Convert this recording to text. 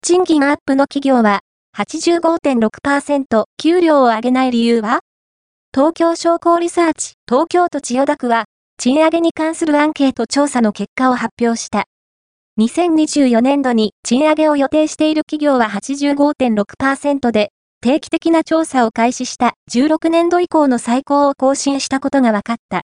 賃金アップの企業は 85.6%、給料を上げない理由は？東京商工リサーチ、東京都千代田区は、賃上げに関するアンケート調査の結果を発表した。2024年度に賃上げを予定している企業は 85.6% で、定期的な調査を開始した16年度以降の最高を更新したことが分かった。